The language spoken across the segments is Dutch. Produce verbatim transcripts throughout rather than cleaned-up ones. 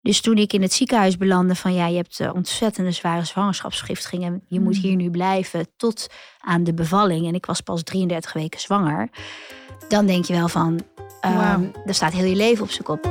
Dus toen ik in het ziekenhuis belandde van ja, je hebt uh, ontzettende zware zwangerschapsvergiftiging en je mm. moet hier nu blijven tot aan de bevalling. En ik was pas drieëndertig weken zwanger. Dan denk je wel van, um, wow. er staat heel je leven op zijn kop.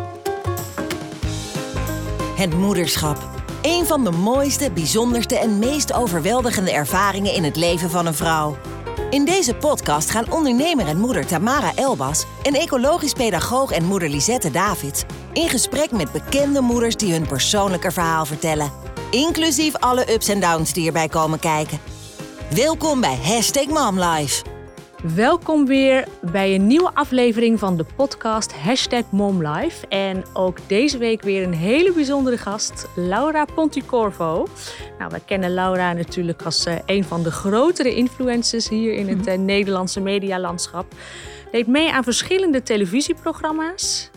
Het moederschap. Een van de mooiste, bijzonderste en meest overweldigende ervaringen in het leven van een vrouw. In deze podcast gaan ondernemer en moeder Tamara Elbas en ecologisch pedagoog en moeder Lisette Davids in gesprek met bekende moeders die hun persoonlijke verhaal vertellen. Inclusief alle ups en downs die erbij komen kijken. Welkom bij Hashtag MomLife. Welkom weer bij een nieuwe aflevering van de podcast Hashtag MomLife. En ook deze week weer een hele bijzondere gast, Laura Ponticorvo. Nou, we kennen Laura natuurlijk als uh, een van de grotere influencers hier in het uh, Nederlandse medialandschap. Deed mee aan verschillende televisieprogramma's.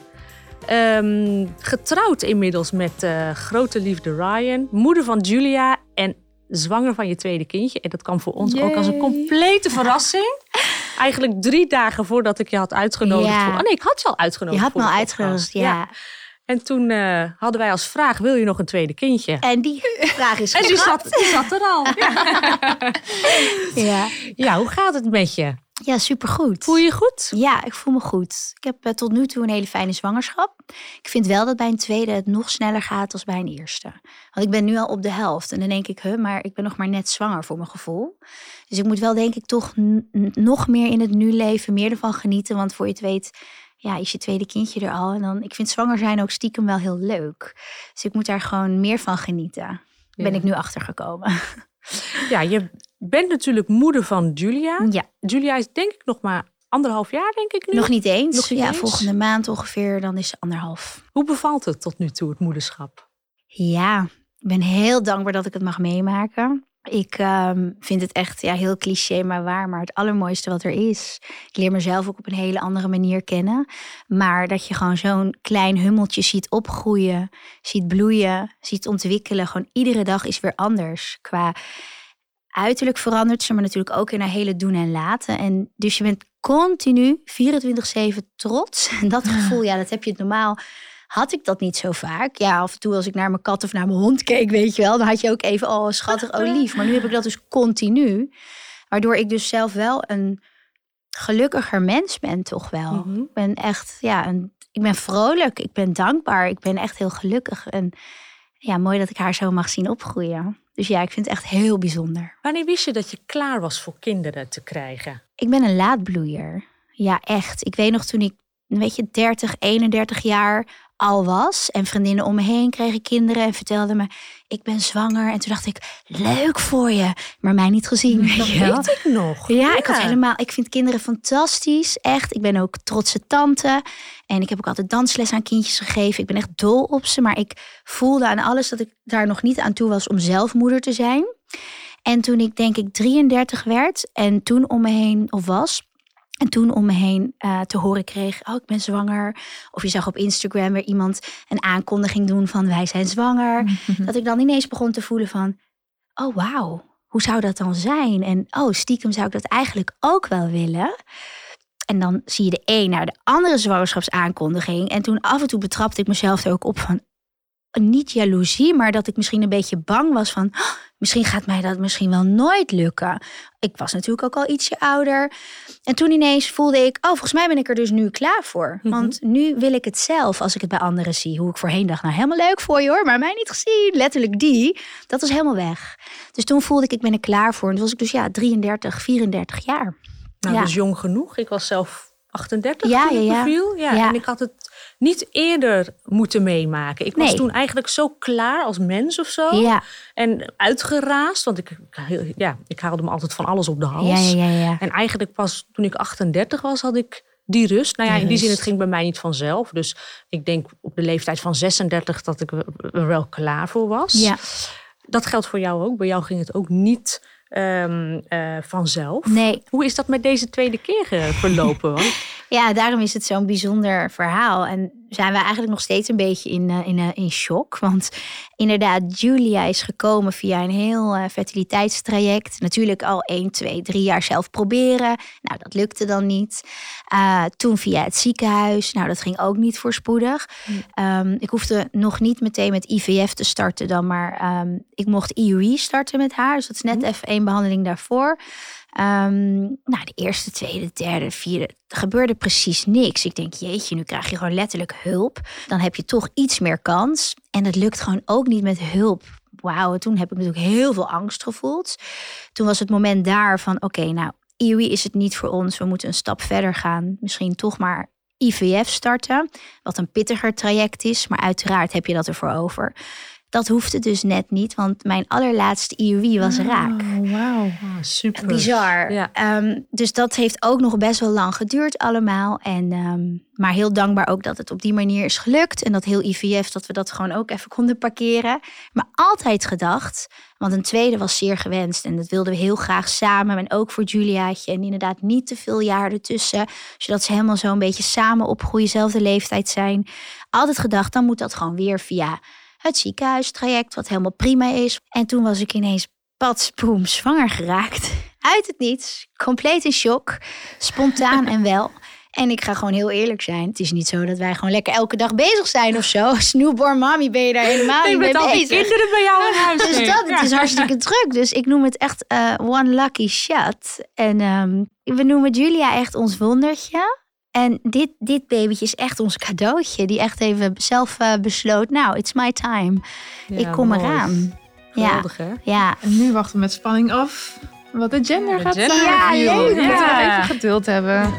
Um, getrouwd inmiddels met uh, grote liefde Ryan, moeder van Julia en zwanger van je tweede kindje. En dat kwam voor ons Yay. ook als een complete verrassing. Eigenlijk drie dagen voordat ik je had uitgenodigd. Ja. Voor, oh nee, ik had je al uitgenodigd. Je had voor me al podcast. uitgenodigd, ja. ja. En toen uh, hadden wij als vraag, wil je nog een tweede kindje? En die vraag is En die zat, die zat er al. Ja. ja. ja, hoe gaat het met je? Ja, supergoed. Voel je je goed? Ja, ik voel me goed. Ik heb uh, tot nu toe een hele fijne zwangerschap. Ik vind wel dat bij een tweede het nog sneller gaat dan bij een eerste. Want ik ben nu al op de helft. En dan denk ik, huh, maar ik ben nog maar net zwanger voor mijn gevoel. Dus ik moet wel denk ik toch n- n- nog meer in het nu leven. Meer ervan genieten. Want voor je het weet, ja, is je tweede kindje er al. En dan, ik vind zwanger zijn ook stiekem wel heel leuk. Dus ik moet daar gewoon meer van genieten. Ja. Ben ik nu achtergekomen. Ja, je bent natuurlijk moeder van Julia. Ja. Julia is denk ik nog maar anderhalf jaar, denk ik nu. Nog niet eens. Nog niet ja, eens. Volgende maand ongeveer, dan is ze anderhalf. Hoe bevalt het tot nu toe, het moederschap? Ja, ik ben heel dankbaar dat ik het mag meemaken. Ik um, vind het echt ja, heel cliché, maar waar. Maar het allermooiste wat er is. Ik leer mezelf ook op een hele andere manier kennen. Maar dat je gewoon zo'n klein hummeltje ziet opgroeien. Ziet bloeien, ziet ontwikkelen. Gewoon iedere dag is weer anders. Qua uiterlijk verandert ze, maar natuurlijk ook in haar hele doen en laten. En dus je bent continu vierentwintig zeven trots. En dat gevoel, ja, dat heb je het normaal... Had ik dat niet zo vaak. Ja, af en toe als ik naar mijn kat of naar mijn hond keek, weet je wel. Dan had je ook even, oh schattig, oh lief. Maar nu heb ik dat dus continu. Waardoor ik dus zelf wel een gelukkiger mens ben, toch wel. Mm-hmm. Ik ben echt, ja, een, ik ben vrolijk. Ik ben dankbaar. Ik ben echt heel gelukkig. En ja, mooi dat ik haar zo mag zien opgroeien. Dus ja, ik vind het echt heel bijzonder. Wanneer wist je dat je klaar was voor kinderen te krijgen? Ik ben een laatbloeier. Ja, echt. Ik weet nog toen ik, weet je, dertig, eenendertig jaar al was. En vriendinnen om me heen kregen kinderen en vertelden me, ik ben zwanger. En toen dacht ik, leuk voor je. Maar mij niet gezien. Dat weet, weet ik nog. Ja, ja, ik had helemaal, ik vind kinderen fantastisch. Echt. Ik ben ook trotse tante. En ik heb ook altijd dansles aan kindjes gegeven. Ik ben echt dol op ze. Maar ik voelde aan alles dat ik daar nog niet aan toe was om zelf moeder te zijn. En toen ik denk ik drieëndertig werd en toen om me heen of was... En toen om me heen uh, te horen kreeg, oh, ik ben zwanger. Of je zag op Instagram weer iemand een aankondiging doen van wij zijn zwanger. Mm-hmm. Dat ik dan ineens begon te voelen van, oh wauw, hoe zou dat dan zijn? En oh, stiekem zou ik dat eigenlijk ook wel willen. En dan zie je de een naar de andere zwangerschapsaankondiging. En toen af en toe betrapte ik mezelf er ook op van, niet jaloezie, maar dat ik misschien een beetje bang was van, oh, misschien gaat mij dat misschien wel nooit lukken. Ik was natuurlijk ook al ietsje ouder. En toen ineens voelde ik, oh, volgens mij ben ik er dus nu klaar voor. Mm-hmm. Want nu wil ik het zelf, als ik het bij anderen zie. Hoe ik voorheen dacht, nou helemaal leuk voor je hoor, maar mij niet gezien. Letterlijk die, dat was helemaal weg. Dus toen voelde ik, ik ben er klaar voor. En toen was ik dus ja, drieëndertig, vierendertig jaar. Nou, ja. dat is jong genoeg. Ik was zelf achtendertig ja, toen ik ja, ja. beviel. Ja, ja. En ik had het niet eerder moeten meemaken. Ik was nee. toen eigenlijk zo klaar als mens of zo. Ja. En uitgeraasd, want ik, ja, ik haalde me altijd van alles op de hals. Ja, ja, ja, ja. En eigenlijk pas toen ik achtendertig was, had ik die rust. Nou ja, in die zin, het ging bij mij niet vanzelf. Dus ik denk op de leeftijd van zesendertig dat ik er wel klaar voor was. Ja. Dat geldt voor jou ook. Bij jou ging het ook niet um, uh, vanzelf. Nee. Hoe is dat met deze tweede keer verlopen? Want... Ja, daarom is het zo'n bijzonder verhaal. En zijn we eigenlijk nog steeds een beetje in, uh, in, uh, in shock. Want inderdaad, Julia is gekomen via een heel uh, fertiliteitstraject. Natuurlijk al één, twee, drie jaar zelf proberen. Nou, dat lukte dan niet. Uh, toen via het ziekenhuis. Nou, dat ging ook niet voorspoedig. Mm. Um, ik hoefde nog niet meteen met I V F te starten dan. Maar um, ik mocht I U I starten met haar. Dus dat is net mm. even één behandeling daarvoor. Um, nou, de eerste, tweede, derde, vierde, er gebeurde precies niks. Ik denk, jeetje, nu krijg je gewoon letterlijk hulp. Dan heb je toch iets meer kans. En het lukt gewoon ook niet met hulp. Wauw, toen heb ik natuurlijk heel veel angst gevoeld. Toen was het moment daar van, oké, okay, nou, I U I is het niet voor ons. We moeten een stap verder gaan. Misschien toch maar I V F starten. Wat een pittiger traject is, maar uiteraard heb je dat ervoor over. Dat hoefde dus net niet, want mijn allerlaatste I U I was oh, raak. Wauw, oh, super. Bizar. Ja. Um, dus dat heeft ook nog best wel lang geduurd allemaal. En, um, maar heel dankbaar ook dat het op die manier is gelukt. En dat heel I V F, dat we dat gewoon ook even konden parkeren. Maar altijd gedacht, want een tweede was zeer gewenst. En dat wilden we heel graag samen. En ook voor Juliaatje. En inderdaad niet te veel jaar ertussen. Zodat ze helemaal zo een beetje samen opgroeien, zelfde leeftijd zijn. Altijd gedacht, dan moet dat gewoon weer via het ziekenhuistraject, wat helemaal prima is. En toen was ik ineens patsboom zwanger geraakt. Uit het niets. Compleet in shock. Spontaan en wel. En ik ga gewoon heel eerlijk zijn. Het is niet zo dat wij gewoon lekker elke dag bezig zijn of zo. Als newborn mommy ben je daar helemaal niet mee bezig. Je bent al die kinderen bij jou in huis. Dus dat, het is hartstikke druk. Dus ik noem het echt uh, one lucky shot. En um, we noemen Julia echt ons wondertje. En dit, dit babytje is echt ons cadeautje. Die echt even zelf uh, besloot. Nou, it's my time. Ja, ik kom mooi. eraan. Geweldig, ja. hè? Ja. En nu wachten we met spanning af wat de gender de gaat gender zijn. Ja, Ja, leuk. we moeten nog even geduld hebben.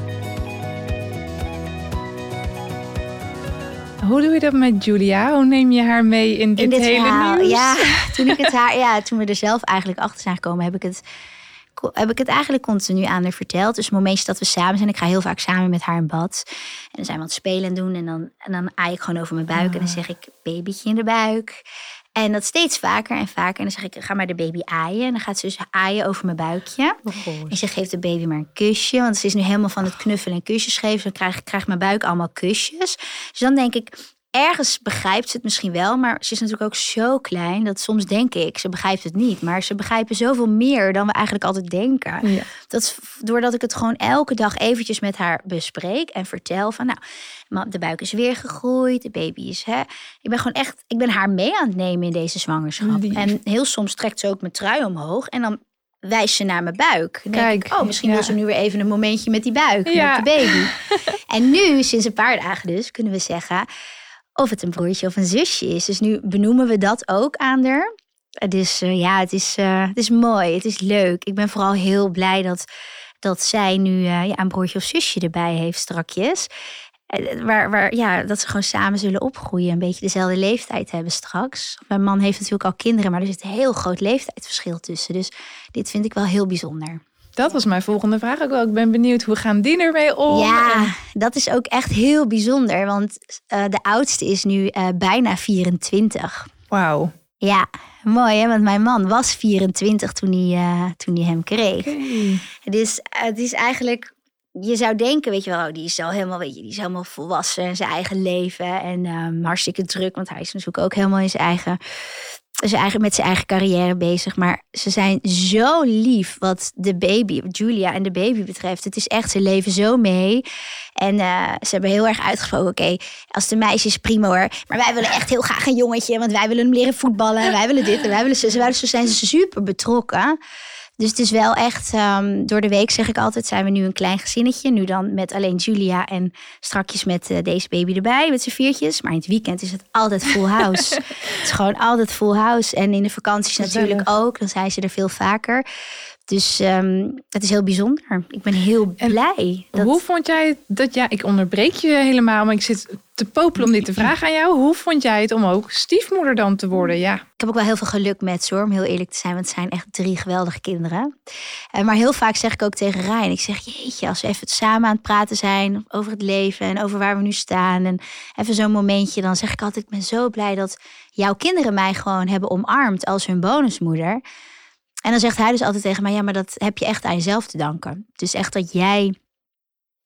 Hoe doe je dat met Julia? Hoe neem je haar mee in dit, in dit hele verhaal. nieuws? Ja, toen ik het haar, ja, toen we er zelf eigenlijk achter zijn gekomen, heb ik het, heb ik het eigenlijk continu aan haar verteld. Dus het momentje dat we samen zijn, ik ga heel vaak samen met haar in bad. En dan zijn we aan het spelen doen en dan, en dan aai ik gewoon over mijn buik. Ah. En dan zeg ik, babytje in de buik. En dat steeds vaker en vaker. En dan zeg ik, ga maar de baby aaien. En dan gaat ze dus aaien over mijn buikje. Oh, en ze geeft de baby maar een kusje. Want ze is nu helemaal van het knuffelen en kusjes geven. Dus dan krijg, krijgt mijn buik allemaal kusjes. Dus dan denk ik, ergens begrijpt ze het misschien wel. Maar ze is natuurlijk ook zo klein. Dat soms denk ik, ze begrijpt het niet. Maar ze begrijpen zoveel meer dan we eigenlijk altijd denken. Ja. Dat is doordat ik het gewoon elke dag eventjes met haar bespreek. En vertel van, nou, de buik is weer gegroeid. De baby is, hè. Ik ben gewoon echt, ik ben haar mee aan het nemen in deze zwangerschap. Lief. En heel soms trekt ze ook mijn trui omhoog. En dan wijst ze naar mijn buik. Dan Kijk, denk ik, oh, misschien ja. wil ze nu weer even een momentje met die buik. Ja. Met de baby. En nu, sinds een paar dagen dus, kunnen we zeggen of het een broertje of een zusje is. Dus nu benoemen we dat ook aan haar. Dus uh, ja, het is, uh, het is mooi. Het is leuk. Ik ben vooral heel blij dat, dat zij nu uh, ja, een broertje of zusje erbij heeft strakjes. Waar, waar, ja, dat ze gewoon samen zullen opgroeien. Een beetje dezelfde leeftijd hebben straks. Mijn man heeft natuurlijk al kinderen, maar er zit een heel groot leeftijdsverschil tussen. Dus dit vind ik wel heel bijzonder. Dat was mijn volgende vraag ook wel. Ik ben benieuwd, hoe gaan die ermee om? Ja, dat is ook echt heel bijzonder. Want uh, de oudste is nu uh, bijna vierentwintig. Wauw. Ja, mooi hè. Want mijn man was vierentwintig toen hij, uh, toen hij hem kreeg. Okay. Dus uh, het is eigenlijk, je zou denken, weet je wel, die is al helemaal, weet je, die is helemaal volwassen in zijn eigen leven. En um, hartstikke druk, want hij is natuurlijk ook helemaal in zijn eigen... Zijn eigen, met zijn eigen carrière bezig. Maar ze zijn zo lief wat de baby, Julia en de baby betreft. Het is echt, ze leven zo mee. En uh, ze hebben heel erg uitgesproken, oké, okay, als de meisjes prima hoor. Maar wij willen echt heel graag een jongetje. Want wij willen hem leren voetballen. En wij willen dit en wij willen ze. Ze zijn super betrokken. Dus het is wel echt, um, door de week zeg ik altijd, zijn we nu een klein gezinnetje. Nu dan met alleen Julia en strakjes met uh, deze baby erbij, met z'n viertjes. Maar in het weekend is het altijd full house. Het is gewoon altijd full house. En in de vakanties natuurlijk ook. Dan zijn ze er veel vaker. Dus um, het is heel bijzonder. Ik ben heel blij. Dat... Hoe vond jij dat, ja, ik onderbreek je helemaal, maar ik zit te popelen om dit te vragen aan jou. Hoe vond jij het om ook stiefmoeder dan te worden? Ja. Ik heb ook wel heel veel geluk met ze, hoor, om heel eerlijk te zijn. Want het zijn echt drie geweldige kinderen. Uh, maar heel vaak zeg ik ook tegen Ryan, ik zeg, jeetje, als we even samen aan het praten zijn over het leven en over waar we nu staan. En even zo'n momentje, dan zeg ik altijd, ik ben zo blij dat jouw kinderen mij gewoon hebben omarmd als hun bonusmoeder. En dan zegt hij dus altijd tegen mij, ja, maar dat heb je echt aan jezelf te danken. Dus echt dat jij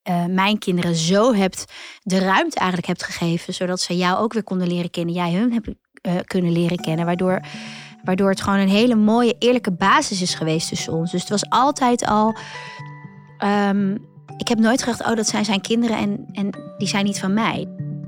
uh, mijn kinderen zo hebt de ruimte eigenlijk hebt gegeven, zodat ze jou ook weer konden leren kennen, jij hun hebt uh, kunnen leren kennen, waardoor, waardoor het gewoon een hele mooie, eerlijke basis is geweest tussen ons. Dus het was altijd al, um, ik heb nooit gedacht, oh, dat zijn zijn kinderen en, en die zijn niet van mij.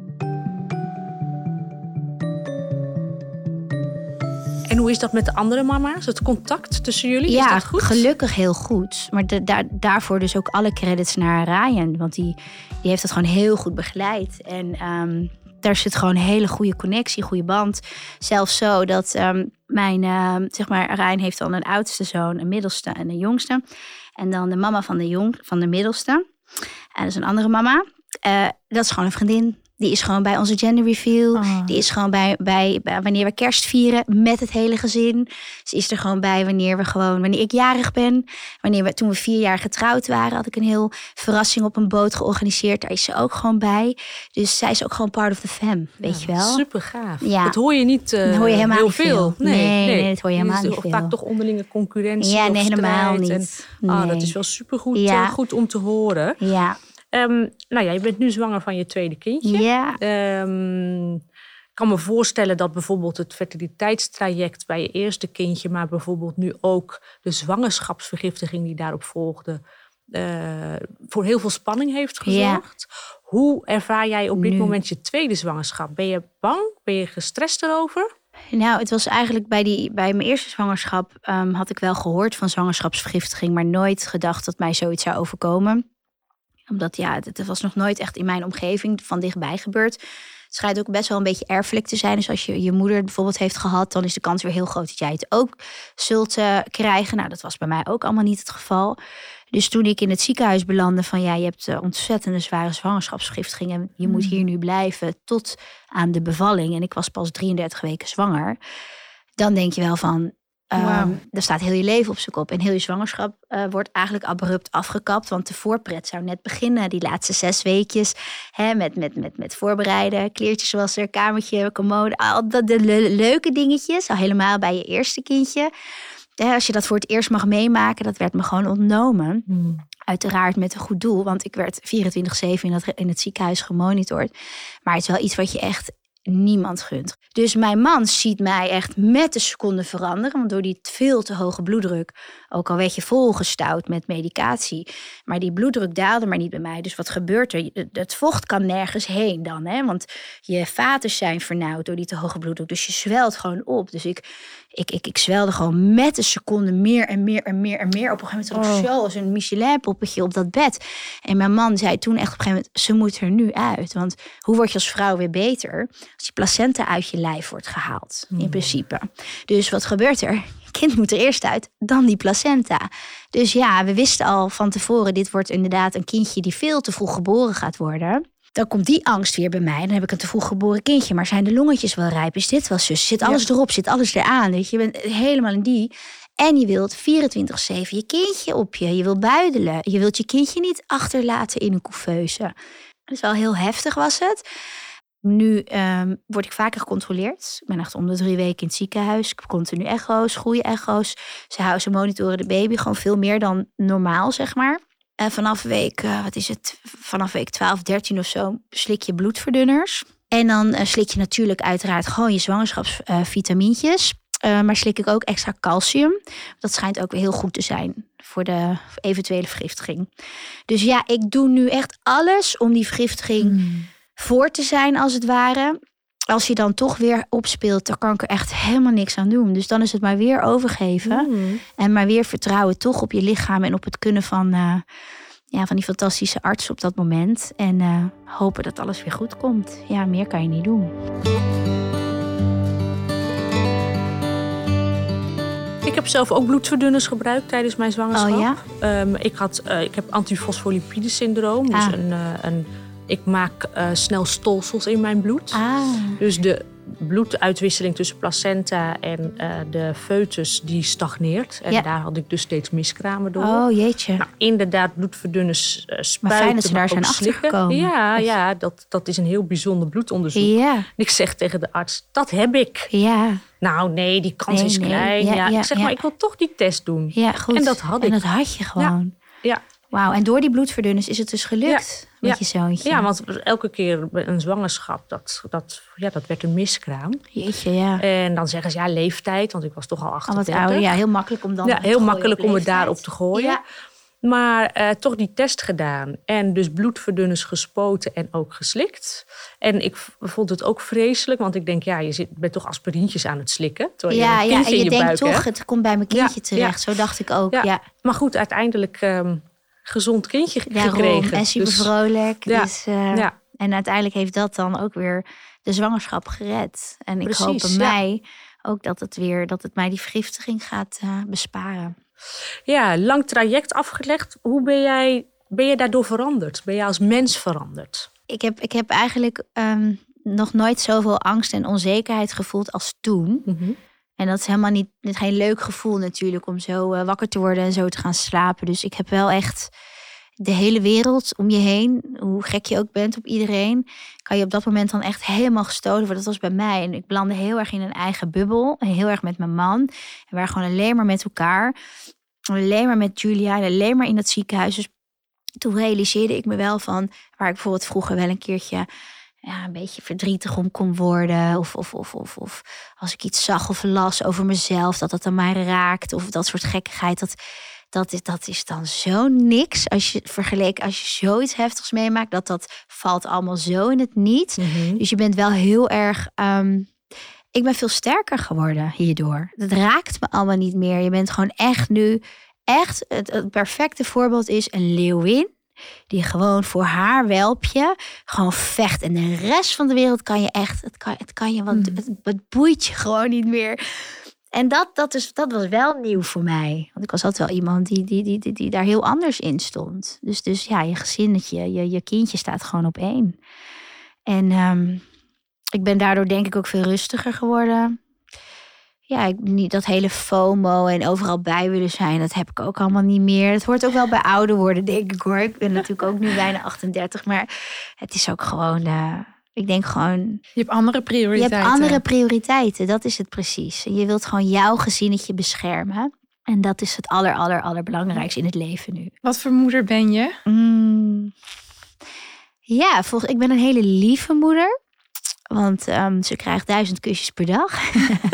En hoe is dat met de andere mama's? Het contact tussen jullie, ja, is dat goed? Gelukkig heel goed. Maar de, daar, daarvoor dus ook alle credits naar Ryan. Want die, die heeft het gewoon heel goed begeleid. En um, daar zit gewoon een hele goede connectie, goede band. Zelfs zo dat um, mijn, uh, zeg maar, Ryan heeft dan een oudste zoon, een middelste en een jongste. En dan de mama van de, jong, van de middelste. En dat is een andere mama. Uh, dat is gewoon een vriendin. Die is gewoon bij onze gender reveal. Oh. Die is gewoon bij, bij, bij wanneer we kerst vieren met het hele gezin. Ze is er gewoon bij wanneer we gewoon, wanneer ik jarig ben. Wanneer we, toen we vier jaar getrouwd waren, had ik een heel verrassing op een boot georganiseerd. Daar is ze ook gewoon bij. Dus zij is ook gewoon part of the fam, weet ja, je wel. Super gaaf. Ja. Dat hoor je niet uh, dat hoor je helemaal heel niet veel. veel. Nee, nee, nee, dat hoor je helemaal niet veel. Vaak toch onderlinge concurrentie ja, of nee, helemaal strijd. niet. En, nee. ah, dat is wel supergoed ja. uh, goed om te horen. Ja. Um, nou ja, je bent nu zwanger van je tweede kindje. Ja. Um, ik kan me voorstellen dat bijvoorbeeld het fertiliteitstraject bij je eerste kindje, maar bijvoorbeeld nu ook de zwangerschapsvergiftiging die daarop volgde, uh, voor heel veel spanning heeft gezorgd. Ja. Hoe ervaar jij op dit nu. moment je tweede zwangerschap? Ben je bang? Ben je gestrest erover? Nou, het was eigenlijk bij, die, bij mijn eerste zwangerschap um, had ik wel gehoord van zwangerschapsvergiftiging, maar nooit gedacht dat mij zoiets zou overkomen. Omdat ja, het was nog nooit echt in mijn omgeving van dichtbij gebeurd. Het schijnt ook best wel een beetje erfelijk te zijn. Dus als je je moeder bijvoorbeeld heeft gehad, dan is de kans weer heel groot dat jij het ook zult uh, krijgen. Nou, dat was bij mij ook allemaal niet het geval. Dus toen ik in het ziekenhuis belandde van ja, je hebt uh, ontzettende zware zwangerschapsvergiftiging en je mm. moet hier nu blijven tot aan de bevalling. En ik was pas drieëndertig weken zwanger. Dan denk je wel van, Um, wow. Daar staat heel je leven op zijn kop. En heel je zwangerschap uh, wordt eigenlijk abrupt afgekapt. Want de voorpret zou net beginnen. Die laatste zes weekjes. Hè, met, met, met, met voorbereiden. Kleertjes wasser, kamertje, commode. Al dat de le- leuke dingetjes. Al helemaal bij je eerste kindje. Hè, als je dat voor het eerst mag meemaken. Dat werd me gewoon ontnomen. Mm. Uiteraard met een goed doel. Want ik werd vierentwintig zeven in, dat, in het ziekenhuis gemonitord. Maar het is wel iets wat je echt niemand gunt. Dus mijn man ziet mij echt met de seconde veranderen. Want door die veel te hoge bloeddruk, ook al werd je volgestouwd met medicatie, maar die bloeddruk daalde maar niet bij mij. Dus wat gebeurt er? Het vocht kan nergens heen dan. Hè? Want je vaten zijn vernauwd door die te hoge bloeddruk. Dus je zwelt gewoon op. Dus ik, ik, ik, ik zwelde gewoon met de seconde meer en meer en meer en meer. Op een gegeven moment zat ik zo als een Michelin-poppetje op dat bed. En mijn man zei toen echt op een gegeven moment, ze moet er nu uit. Want hoe word je als vrouw weer beter als die placenta uit je lijf wordt gehaald, in principe. Dus wat gebeurt er? Je kind moet er eerst uit, dan die placenta. Dus ja, we wisten al van tevoren, dit wordt inderdaad een kindje die veel te vroeg geboren gaat worden. Dan komt die angst weer bij mij. Dan heb ik een te vroeg geboren kindje. Maar zijn de longetjes wel rijp? Is dit wel zus? Zit alles ja. erop? Zit alles eraan? Weet je, je bent helemaal in die. En je wilt vierentwintig zeven je kindje op je. Je wilt buidelen. Je wilt je kindje niet achterlaten in een couveuse. Dus wel heel heftig was het. Nu um, word ik vaker gecontroleerd. Ik ben echt om de drie weken in het ziekenhuis. Ik heb continu echo's, goede echo's. Ze, houden, ze monitoren de baby gewoon veel meer dan normaal, zeg maar. En vanaf week, uh, wat is het? Vanaf week twaalf, dertien of zo slik je bloedverdunners. En dan uh, slik je natuurlijk uiteraard gewoon je zwangerschapsvitamintjes. Uh, uh, maar slik ik ook extra calcium. Dat schijnt ook weer heel goed te zijn voor de eventuele vergiftiging. Dus ja, ik doe nu echt alles om die vergiftiging Hmm. voor te zijn, als het ware. Als je dan toch weer opspeelt, dan kan ik er echt helemaal niks aan doen. Dus dan is het maar weer overgeven. Mm. En maar weer vertrouwen toch op je lichaam en op het kunnen van, uh, ja, van die fantastische arts op dat moment. En uh, hopen dat alles weer goed komt. Ja, meer kan je niet doen. Ik heb zelf ook bloedverdunners gebruikt tijdens mijn zwangerschap. Oh, ja? um, ik, had, uh, ik heb antifosfolipide syndroom. Dus ah. een... Uh, een Ik maak uh, snel stolsels in mijn bloed. Ah. Dus de bloeduitwisseling tussen placenta en uh, de foetus die stagneert. En ja. daar had ik dus steeds miskramen door. Oh jeetje. Nou, inderdaad, bloedverdunners uh, spuiten. Maar fijn dat ze daar zijn achtergekomen. Ja, ja dat, dat is een heel bijzonder bloedonderzoek. Ja. En ik zeg tegen de arts, dat heb ik. Ja. Nou nee, die kans nee, is nee. klein. Ja, ja, ja, ik zeg ja. maar, ik wil toch die test doen. Ja, goed. En dat had ik. En dat had je gewoon. Ja. ja. Wauw, en door die bloedverdunners is het dus gelukt Ja. met Ja. je zoontje? Ja, want elke keer een zwangerschap, dat, dat, ja, dat werd een miskraam. Jeetje, ja. En dan zeggen ze, ja, leeftijd, want ik was toch al Al achtendertig. wat ouder, ja, heel makkelijk om dan Ja, te heel gooien makkelijk op om het leeftijd. daarop te gooien. Ja. Maar uh, toch die test gedaan. En dus bloedverdunners gespoten en ook geslikt. En ik v- vond het ook vreselijk. Want ik denk, ja, je zit, bent toch aspirintjes aan het slikken. Terwijl Ja, je een ja, kindje en je in je denkt buik toch, hebt. het komt bij mijn kindje Ja, terecht. Zo dacht ik ook, ja. Ja. ja. Maar goed, uiteindelijk um, gezond kindje Daarom, gekregen. en super Dus- vrolijk. Ja, Dus, uh, ja. En uiteindelijk heeft dat dan ook weer de zwangerschap gered. En ik Precies, hoop bij ja. mij ook dat het, weer, dat het mij die vergiftiging gaat uh, besparen. Ja, lang traject afgelegd. Hoe ben jij, ben je daardoor veranderd? Ben je als mens veranderd? Ik heb, ik heb eigenlijk um, nog nooit zoveel angst en onzekerheid gevoeld als toen. Mm-hmm. En dat is helemaal niet, niet geen leuk gevoel natuurlijk om zo uh, wakker te worden en zo te gaan slapen. Dus ik heb wel echt de hele wereld om je heen, hoe gek je ook bent op iedereen, kan je op dat moment dan echt helemaal gestolen worden. Dat was bij mij. En ik belandde heel erg in een eigen bubbel. En heel erg met mijn man. En we waren gewoon alleen maar met elkaar. Alleen maar met Julia. En alleen maar in dat ziekenhuis. Dus toen realiseerde ik me wel van, waar ik bijvoorbeeld vroeger wel een keertje ja, een beetje verdrietig om kon worden. Of, of, of, of, of als ik iets zag of las over mezelf, dat dat aan mij raakt. Of dat soort gekkigheid. Dat, dat, is, dat is dan zo niks. Als je vergeleken, als je zoiets heftigs meemaakt, dat dat valt allemaal zo in het niet. Mm-hmm. Dus je bent wel heel erg. Um, ik ben veel sterker geworden hierdoor. Dat raakt me allemaal niet meer. Je bent gewoon echt nu. Echt, het, het perfecte voorbeeld is een leeuwin. Die gewoon voor haar welpje gewoon vecht. En de rest van de wereld kan je echt. Het kan, het kan je, want het, het boeit je gewoon niet meer. En dat, dat, is, dat was wel nieuw voor mij. Want ik was altijd wel iemand die, die, die, die, die daar heel anders in stond. Dus, dus ja, je gezinnetje, je, je kindje staat gewoon op één. En um, ik ben daardoor denk ik ook veel rustiger geworden. Ja, ik, niet dat hele FOMO en overal bij willen zijn, dat heb ik ook allemaal niet meer. Het hoort ook wel bij ouder worden, denk ik hoor. Ik ben natuurlijk ook nu bijna achtendertig, maar het is ook gewoon, uh, ik denk gewoon. Je hebt andere prioriteiten. Je hebt andere prioriteiten, dat is het precies. Je wilt gewoon jouw gezinnetje beschermen. En dat is het aller, aller, allerbelangrijkste in het leven nu. Wat voor moeder ben je? Mm, ja, volgens, ik ben een hele lieve moeder. Want um, ze krijgt duizend kusjes per dag.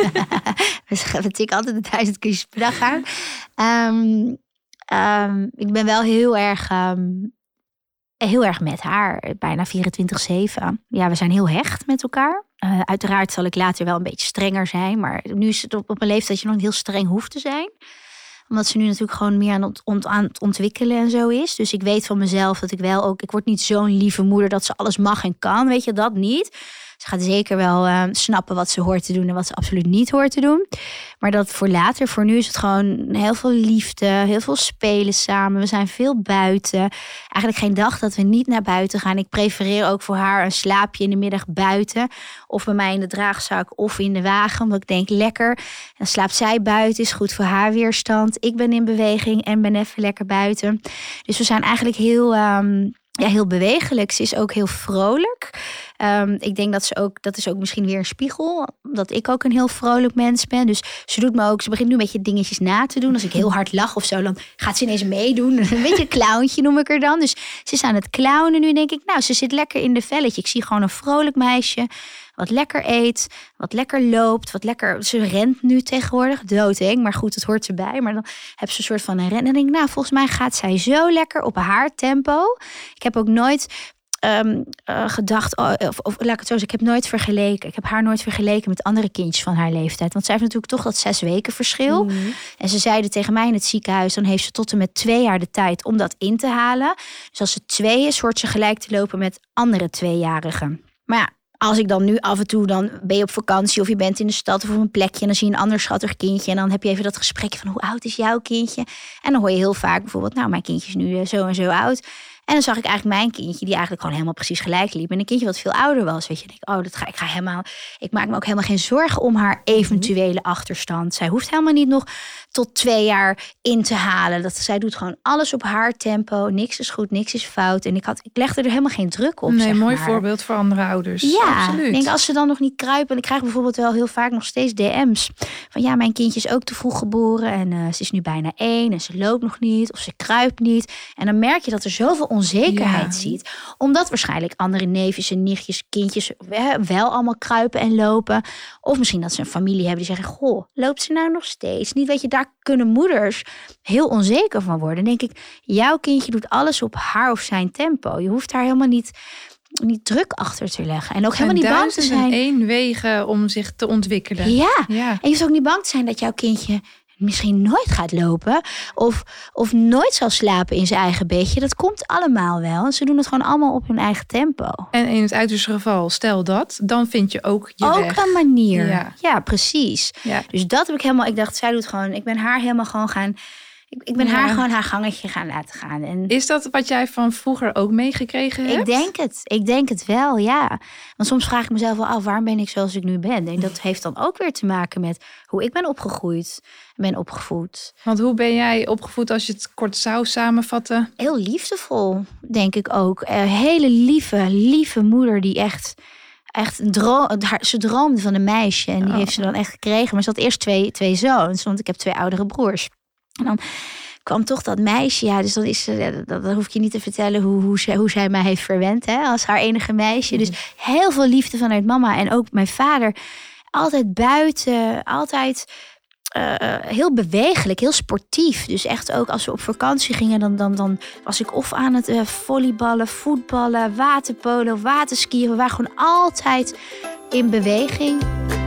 We tikken altijd de duizend kusjes per dag aan. Um, um, ik ben wel heel erg, um, heel erg met haar. Bijna vierentwintig zeven. Ja, we zijn heel hecht met elkaar. Uh, uiteraard zal ik later wel een beetje strenger zijn. Maar nu is het op, op een leeftijd dat je nog niet heel streng hoeft te zijn. Omdat ze nu natuurlijk gewoon meer aan het, ont, aan het ontwikkelen en zo is. Dus ik weet van mezelf dat ik wel ook. Ik word niet zo'n lieve moeder dat ze alles mag en kan. Weet je, dat niet. Ze gaat zeker wel uh, snappen wat ze hoort te doen en wat ze absoluut niet hoort te doen. Maar dat voor later, voor nu is het gewoon heel veel liefde, heel veel spelen samen. We zijn veel buiten. Eigenlijk geen dag dat we niet naar buiten gaan. Ik prefereer ook voor haar een slaapje in de middag buiten. Of bij mij in de draagzak of in de wagen. Omdat ik denk, lekker. Dan slaapt zij buiten, is goed voor haar weerstand. Ik ben in beweging en ben even lekker buiten. Dus we zijn eigenlijk heel... Um, Ja, heel bewegelijk. Ze is ook heel vrolijk. Um, ik denk dat ze ook, dat is ook misschien weer een spiegel. Dat ik ook een heel vrolijk mens ben. Dus ze doet me ook, ze begint nu een beetje dingetjes na te doen. Als ik heel hard lach of zo, dan gaat ze ineens meedoen. Een beetje een clowntje noem ik er dan. Dus ze is aan het clownen nu, denk ik. Nou, ze zit lekker in de velletje. Ik zie gewoon een vrolijk meisje. Wat lekker eet, wat lekker loopt, wat lekker. Ze rent nu tegenwoordig, doodeng, maar goed, het hoort erbij. Maar dan heb ze een soort van een ren. En dan denk ik, nou, volgens mij gaat zij zo lekker op haar tempo. Ik heb ook nooit um, uh, gedacht, oh, of, of laat ik het zo zeggen, ik heb nooit vergeleken. Ik heb haar nooit vergeleken met andere kindjes van haar leeftijd. Want zij heeft natuurlijk toch dat zes weken verschil. Mm-hmm. En ze zeiden tegen mij in het ziekenhuis, dan heeft ze tot en met twee jaar de tijd om dat in te halen. Dus als ze twee is, hoort ze gelijk te lopen met andere tweejarigen. Maar ja. Als ik dan nu af en toe, dan ben je op vakantie of je bent in de stad of op een plekje en dan zie je een ander schattig kindje en dan heb je even dat gesprek van hoe oud is jouw kindje? En dan hoor je heel vaak bijvoorbeeld, nou mijn kindje is nu zo en zo oud. En dan zag ik eigenlijk mijn kindje, die eigenlijk gewoon helemaal precies gelijk liep. En een kindje wat veel ouder was. Weet je, denk ik, oh, dat ga, ik ga helemaal. Ik maak me ook helemaal geen zorgen om haar eventuele achterstand. Zij hoeft helemaal niet nog tot twee jaar in te halen. Dat, zij doet gewoon alles op haar tempo. Niks is goed, niks is fout. En ik, had, ik legde er helemaal geen druk op. Nee, zeg mooi maar. voorbeeld voor andere ouders. Ja, absoluut. Ik denk als ze dan nog niet kruipen. En ik krijg bijvoorbeeld wel heel vaak nog steeds D M's. Van ja, mijn kindje is ook te vroeg geboren. En uh, ze is nu bijna één. En ze loopt nog niet. Of ze kruipt niet. En dan merk je dat er zoveel onzekerheid Ja. ziet. Omdat waarschijnlijk andere neefjes en nichtjes, kindjes wel allemaal kruipen en lopen. Of misschien dat ze een familie hebben die zeggen, goh, loopt ze nou nog steeds? Niet, weet je, daar kunnen moeders heel onzeker van worden. Dan denk ik, jouw kindje doet alles op haar of zijn tempo. Je hoeft daar helemaal niet, niet druk achter te leggen. En ook helemaal niet bang te zijn. En één wegen om zich te ontwikkelen. Ja. ja, En je hoeft ook niet bang te zijn dat jouw kindje misschien nooit gaat lopen. Of, of nooit zal slapen in zijn eigen bedje. Dat komt allemaal wel. En ze doen het gewoon allemaal op hun eigen tempo. En in het uiterste geval, stel dat, dan vind je ook je ook weg. een manier. Ja. Ja, precies. Ja. Dus dat heb ik helemaal. Ik dacht, zij doet gewoon. Ik ben haar helemaal gewoon gaan. Ik, ik ben Ja. haar gewoon haar gangetje gaan laten gaan. En Is dat wat jij van vroeger ook meegekregen hebt? ik denk het. Ik denk het wel, ja. Want soms vraag ik mezelf wel af, waarom ben ik zoals ik nu ben? En dat heeft dan ook weer te maken met hoe ik ben opgegroeid. Ben opgevoed. Want hoe ben jij opgevoed als je het kort zou samenvatten? Heel liefdevol, denk ik ook. Een hele lieve, lieve moeder die echt... Echt een droom, ze droomde van een meisje. En die Oh. heeft ze dan echt gekregen. Maar ze had eerst twee, twee zoons. Want ik heb twee oudere broers. En dan kwam toch dat meisje. Ja, dus dan is ze, dat, dat hoef ik je niet te vertellen hoe, hoe, ze, hoe zij mij heeft verwend. Hè, als haar enige meisje. Dus heel veel liefde vanuit mama. En ook mijn vader. Altijd buiten. Altijd uh, heel bewegelijk. Heel sportief. Dus echt ook als we op vakantie gingen. Dan, dan, dan was ik of aan het uh, volleyballen, voetballen, waterpolo, waterskiën. We waren gewoon altijd in beweging.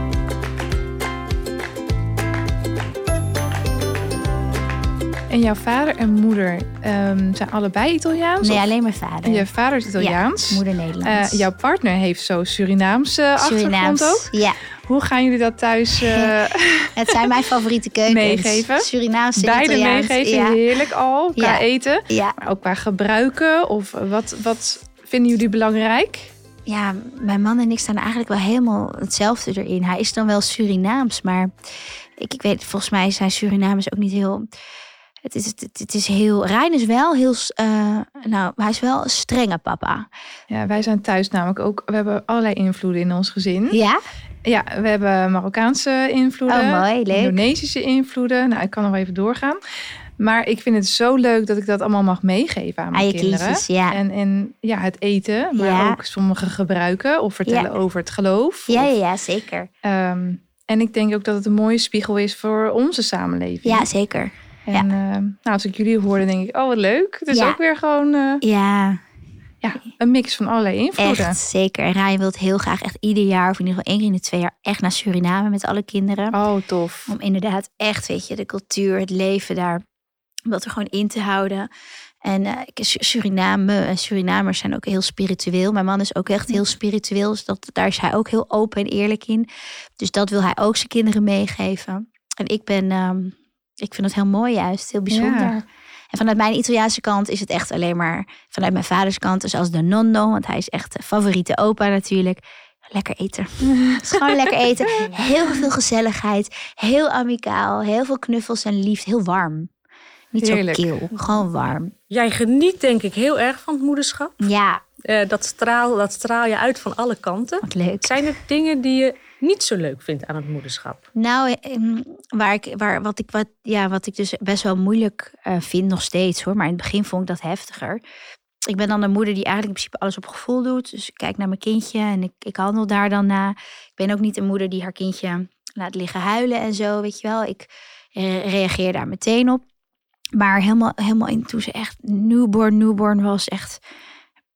En jouw vader en moeder um, zijn allebei Italiaans? Nee, of? alleen mijn vader. En je vader is Italiaans? Ja, moeder Nederlands. Uh, jouw partner heeft zo Surinaamse achtergrond ook? Ja. Hoe gaan jullie dat thuis uh, Het zijn mijn favoriete keukens. meegeven? Surinaamse, Beide Italiaans. meegeven, Ja. heerlijk al, qua Ja. eten. Ja. Maar ook qua gebruiken? Of wat, wat vinden jullie belangrijk? Ja, mijn man en ik staan eigenlijk wel helemaal hetzelfde erin. Hij is dan wel Surinaams, maar ik, ik weet, volgens mij zijn Surinamers ook niet heel... Het is, het, het is heel... Rijn is wel heel... Uh, nou, hij is wel een strenge papa. Ja, wij zijn thuis namelijk ook... We hebben allerlei invloeden in ons gezin. Ja? Ja, we hebben Marokkaanse invloeden. Oh, mooi, leuk. Indonesische invloeden. Nou, ik kan nog wel even doorgaan. Maar ik vind het zo leuk dat ik dat allemaal mag meegeven aan mijn aan je kinderen. kindjes, ja. En, en ja, het eten, maar Ja. ook sommige gebruiken of vertellen Ja. over het geloof. Ja, ja, Of, ja, zeker. um, en ik denk ook dat het een mooie spiegel is voor onze samenleving. Ja, zeker. En ja. uh, nou, als ik jullie hoorde, denk ik, oh wat leuk. Het is Ja. ook weer gewoon uh, Ja, ja, een mix van allerlei invloeden. echt, zeker. En Ryan wil heel graag echt ieder jaar, of in ieder geval één keer in de twee jaar, echt naar Suriname met alle kinderen. Oh, tof. Om inderdaad echt, weet je, de cultuur, het leven daar, om dat er gewoon in te houden. En uh, Suriname en Surinamers zijn ook heel spiritueel. Mijn man is ook echt heel spiritueel. Dus dat, daar is hij ook heel open en eerlijk in. Dus dat wil hij ook zijn kinderen meegeven. En ik ben, um, ik vind het heel mooi juist, heel bijzonder. Ja. En vanuit mijn Italiaanse kant is het echt alleen maar, vanuit mijn vaders kant, dus als de nonno, want hij is echt de favoriete opa natuurlijk. Lekker eten. Het is gewoon lekker eten. Heel veel gezelligheid. Heel amicaal. Heel veel knuffels en liefde. Heel warm. Niet Heerlijk. zo kil. Gewoon warm. Jij geniet denk ik heel erg van het moederschap. Ja, Uh, dat, straal, dat straal je uit van alle kanten. wat leuk. Zijn er dingen die je niet zo leuk vindt aan het moederschap? Nou, waar ik, waar, wat, ik, wat, ja, wat ik dus best wel moeilijk uh, vind, nog steeds hoor. Maar in het begin vond ik dat heftiger. Ik ben dan een moeder die eigenlijk in principe alles op gevoel doet. Dus ik kijk naar mijn kindje en ik, ik handel daar dan na. Ik ben ook niet een moeder die haar kindje laat liggen huilen en zo, weet je wel. Ik uh, reageer daar meteen op. Maar helemaal, helemaal in, toen ze echt newborn, newborn was, echt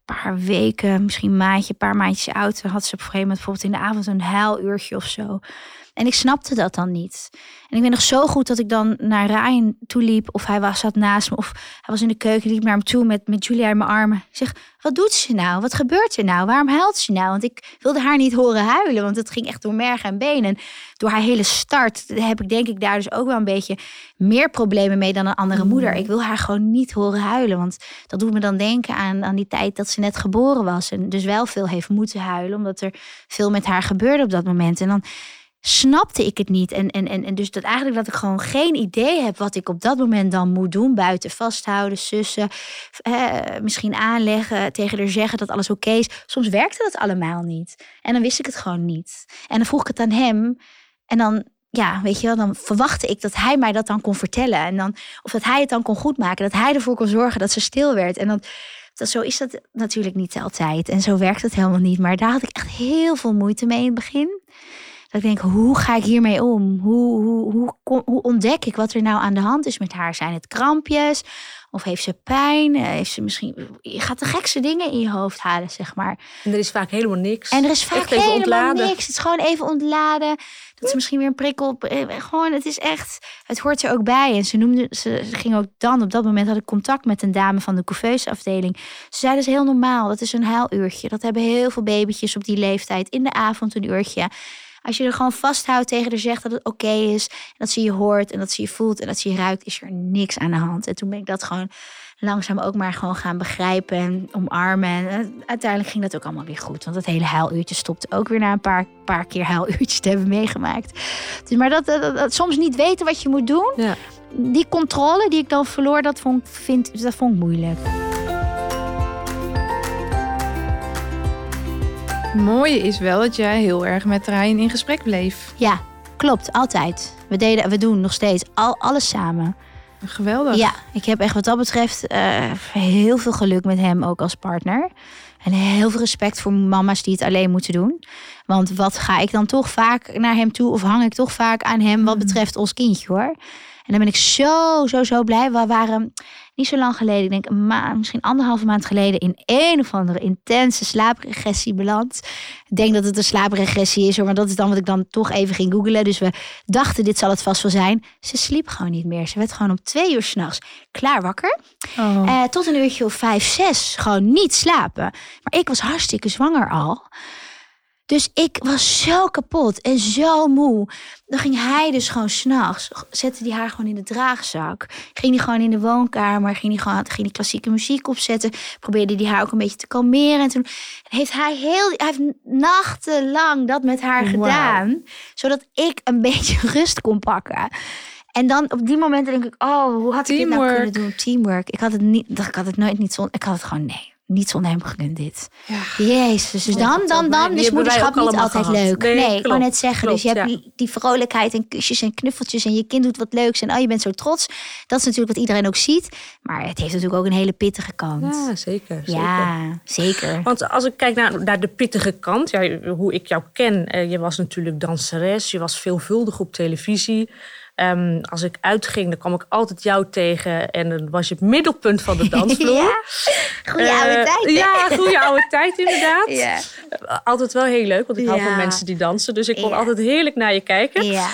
paar weken, misschien een maandje, een paar maandjes oud, had ze op een gegeven moment bijvoorbeeld in de avond een huiluurtje of zo. En ik snapte dat dan niet. En ik weet nog zo goed dat ik dan naar Ryan toe liep. Of hij was, zat naast me. Of hij was in de keuken. Liep naar hem toe met, met Julia in mijn armen. Ik zeg, wat doet ze nou? Wat gebeurt er nou? Waarom huilt ze nou? Want ik wilde haar niet horen huilen. Want het ging echt door merg en been. En door haar hele start heb ik denk ik daar dus ook wel een beetje meer problemen mee dan een andere moeder. Ik wil haar gewoon niet horen huilen. Want dat doet me dan denken aan, aan die tijd dat ze net geboren was. En dus wel veel heeft moeten huilen. Omdat er veel met haar gebeurde op dat moment. En dan snapte ik het niet. En, en, en, en dus dat eigenlijk dat ik gewoon geen idee heb wat ik op dat moment dan moet doen. Buiten vasthouden, sussen, eh, misschien aanleggen, tegen haar zeggen dat alles oké is. Soms werkte dat allemaal niet. En dan wist ik het gewoon niet. En dan vroeg ik het aan hem. En dan, ja, weet je wel, dan verwachtte ik dat hij mij dat dan kon vertellen. En dan, of dat hij het dan kon goedmaken. Dat hij ervoor kon zorgen dat ze stil werd. En dan, dat, zo is dat natuurlijk niet altijd. En zo werkt het helemaal niet. Maar daar had ik echt heel veel moeite mee in het begin. Dat ik denk, hoe ga ik hiermee om? Hoe, hoe, hoe, hoe ontdek ik wat er nou aan de hand is met haar? Zijn het krampjes? Of heeft ze pijn? Heeft ze misschien... Je gaat de gekste dingen in je hoofd halen, zeg maar. En er is vaak helemaal niks. En er is vaak helemaal ontladen. niks. Het is gewoon even ontladen. Dat is misschien weer een prikkel. Op. Gewoon, het is echt... Het hoort er ook bij. En ze noemde... Ze, ze ging ook dan... Op dat moment had ik contact met een dame van de couveuse afdeling. Ze zei, dat is heel normaal. Dat is een huiluurtje. Dat hebben heel veel babytjes op die leeftijd. In de avond een uurtje. Als je er gewoon vasthoudt, tegen haar zegt dat het oké is. En dat ze je hoort en dat ze je voelt en dat ze je ruikt, is er niks aan de hand. En toen ben ik dat gewoon langzaam ook maar gewoon gaan begrijpen en omarmen. En uiteindelijk ging dat ook allemaal weer goed. Want dat hele huiluurtje stopte ook weer na een paar, paar keer huiluurtjes te hebben meegemaakt. Dus maar dat, dat, dat, dat soms niet weten wat je moet doen. Ja. Die controle die ik dan verloor, dat vond, vind, dat vond ik moeilijk. Het mooie is wel dat jij heel erg met Ryan in gesprek bleef. Ja, klopt. Altijd. We, deden, we doen nog steeds al, alles samen. Geweldig. Ja, ik heb echt wat dat betreft uh, heel veel geluk met hem ook als partner. En heel veel respect voor mama's die het alleen moeten doen. Want wat ga ik dan toch vaak naar hem toe of hang ik toch vaak aan hem wat betreft ons kindje, hoor. En dan ben ik zo, zo, zo blij. We waren niet zo lang geleden, ik denk een maand, misschien anderhalve maand geleden, in een of andere intense slaapregressie beland. Ik denk dat het een slaapregressie is, hoor, maar dat is dan wat ik dan toch even ging googlen. Dus we dachten, dit zal het vast wel zijn. Ze sliep gewoon niet meer. Ze werd gewoon om twee uur 's nachts klaar wakker. Oh. Uh, tot een uurtje of vijf, zes. Gewoon niet slapen. Maar ik was hartstikke zwanger al. Dus ik was zo kapot en zo moe. Dan ging hij dus gewoon 's nachts, zette die haar gewoon in de draagzak. Ging die gewoon in de woonkamer, ging die gewoon ging die klassieke muziek opzetten. Probeerde die haar ook een beetje te kalmeren. En toen heeft hij heel, hij heeft nachtenlang dat met haar gedaan. Wow. Zodat ik een beetje rust kon pakken. En dan op die momenten denk ik, oh, hoe had ik dit nou kunnen doen? Teamwork. Ik had het niet, ik had het nooit niet zonder, ik had het gewoon nee. Niet zonder hem gekund dit. Ja. Jezus. Dus dan, dan, dan is moederschap niet altijd gehad. Leuk. Nee, nee klopt, ik wou net zeggen. Klopt, dus je hebt ja. die, die vrolijkheid en kusjes en knuffeltjes. En je kind doet wat leuks. En oh, je bent zo trots. Dat is natuurlijk wat iedereen ook ziet. Maar het heeft natuurlijk ook een hele pittige kant. Ja, zeker. Ja, zeker. zeker. Want als ik kijk naar, naar de pittige kant. Ja, hoe ik jou ken. Uh, je was natuurlijk danseres. Je was veelvuldig op televisie. Um, als ik uitging, dan kwam ik altijd jou tegen. En dan was je het middelpunt van de dansvloer. Ja, goeie uh, oude tijd. Hè? Ja, goede oude tijd inderdaad. Ja. Altijd wel heel leuk, want ik hou ja. van mensen die dansen. Dus ik kon ja. altijd heerlijk naar je kijken. Ja.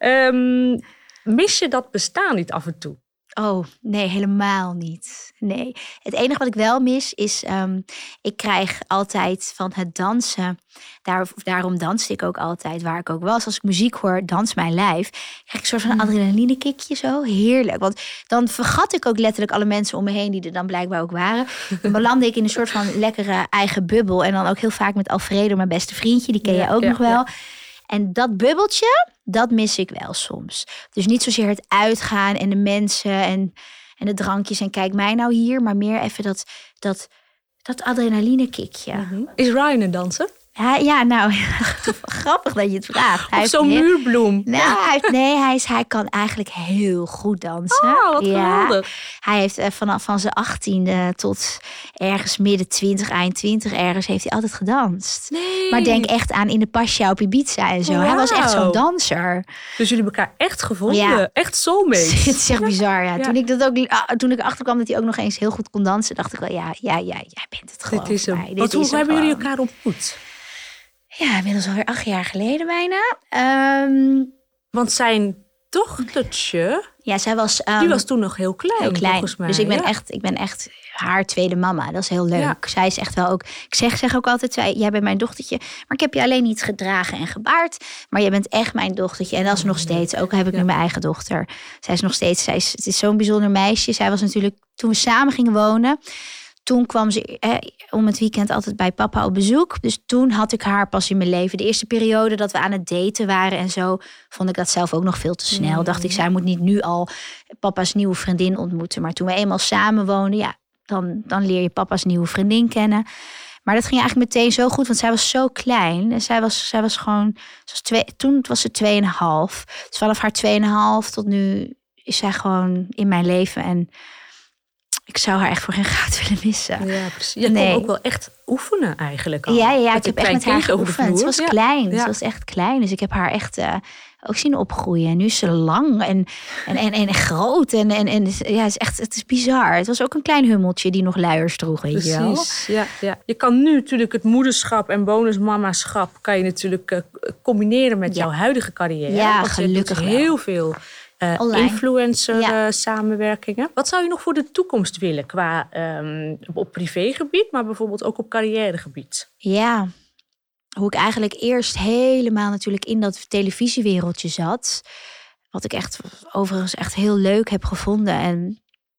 Um, mis je dat bestaan niet af en toe? Oh, nee, helemaal niet. Nee. Het enige wat ik wel mis is, um, ik krijg altijd van het dansen. Daar, daarom danste ik ook altijd, waar ik ook was. Als ik muziek hoor, dans mijn lijf. Krijg ik een soort van adrenalinekikje zo. Heerlijk. Want dan vergat ik ook letterlijk alle mensen om me heen die er dan blijkbaar ook waren. Dan belandde ik in een soort van lekkere eigen bubbel. En dan ook heel vaak met Alfredo, mijn beste vriendje. Die ken je ja, ook ja, nog wel. Ja. En dat bubbeltje, dat mis ik wel soms. Dus niet zozeer het uitgaan en de mensen en, en de drankjes en kijk mij nou hier. Maar meer even dat, dat, dat adrenalinekikje. Mm-hmm. Is Ryan een danser? Hij, ja, nou, grappig dat je het vraagt. Hij Of zo'n heel, muurbloem. Nou, hij heeft, nee, hij, is, hij kan eigenlijk heel goed dansen. Oh, wat ja. geweldig. Hij heeft uh, vanaf van zijn achttiende tot ergens midden twintig, eind twintig ergens heeft hij altijd gedanst. Nee. Maar denk echt aan in de Pascha op Ibiza en zo. Wow. Hij was echt zo'n danser. Dus jullie hebben elkaar echt gevonden? Ja. Echt soulmates? Het is echt bizar, ja. Ja. Toen ik dat ook, ah, toen ik achterkwam dat hij ook nog eens heel goed kon dansen, dacht ik wel, ja, ja, ja, jij bent het gewoon. Dit is hem. voor mij. Dit Want hoe is hem hebben jullie gewoon. elkaar ontmoet? Ja, inmiddels alweer acht jaar geleden bijna. Um, Want zijn dochtertje, ja, zij was... Um, die was toen nog heel klein, heel klein. volgens mij. Dus ik ben, ja. echt, ik ben echt haar tweede mama. Dat is heel leuk. Ja. Zij is echt wel ook... Ik zeg, zeg ook altijd, zij, jij bent mijn dochtertje. Maar ik heb je alleen niet gedragen en gebaard. Maar je bent echt mijn dochtertje. En dat is nog steeds. Ook al heb ik Ja. nu mijn eigen dochter. Zij is nog steeds... Zij is, het is zo'n bijzonder meisje. Zij was natuurlijk... Toen we samen gingen wonen... Toen kwam ze eh, om het weekend altijd bij papa op bezoek. Dus toen had ik haar pas in mijn leven. De eerste periode dat we aan het daten waren en zo... vond ik dat zelf ook nog veel te snel. Mm. Dacht ik, zij moet niet nu al papa's nieuwe vriendin ontmoeten. Maar toen we eenmaal samen woonden... ja, dan, dan leer je papa's nieuwe vriendin kennen. Maar dat ging eigenlijk meteen zo goed, want zij was zo klein. En zij was, zij was gewoon... Ze was twee, toen was ze tweeënhalf. Dus vanaf haar tweeënhalf tot nu is zij gewoon in mijn leven... En ik zou haar echt voor geen goud willen missen. Ja, precies. Je Nee. kon ook wel echt oefenen eigenlijk al. Ja, ja, ja Met ik een heb echt met klein haar kind over de geoefend. Ze vloer. was Ja. klein, Ja. ze was echt klein. Dus ik heb haar echt uh, ook zien opgroeien. En nu is ze lang en, en, en, en groot. En, en, en ja, het is echt, het is bizar. Het was ook een klein hummeltje die nog luiers droeg, weet je wel. Precies, ja, ja. Je kan nu natuurlijk het moederschap en bonusmamaschap... kan je natuurlijk uh, combineren met Ja. jouw huidige carrière. Ja, Want je gelukkig doet wel. heel veel uh, Online. influencer Ja. uh, samenwerkingen. Wat zou je nog voor de toekomst willen qua um, op privégebied... maar bijvoorbeeld ook op carrièregebied? Ja, hoe ik eigenlijk eerst helemaal natuurlijk in dat televisiewereldje zat. Wat ik echt overigens echt heel leuk heb gevonden. En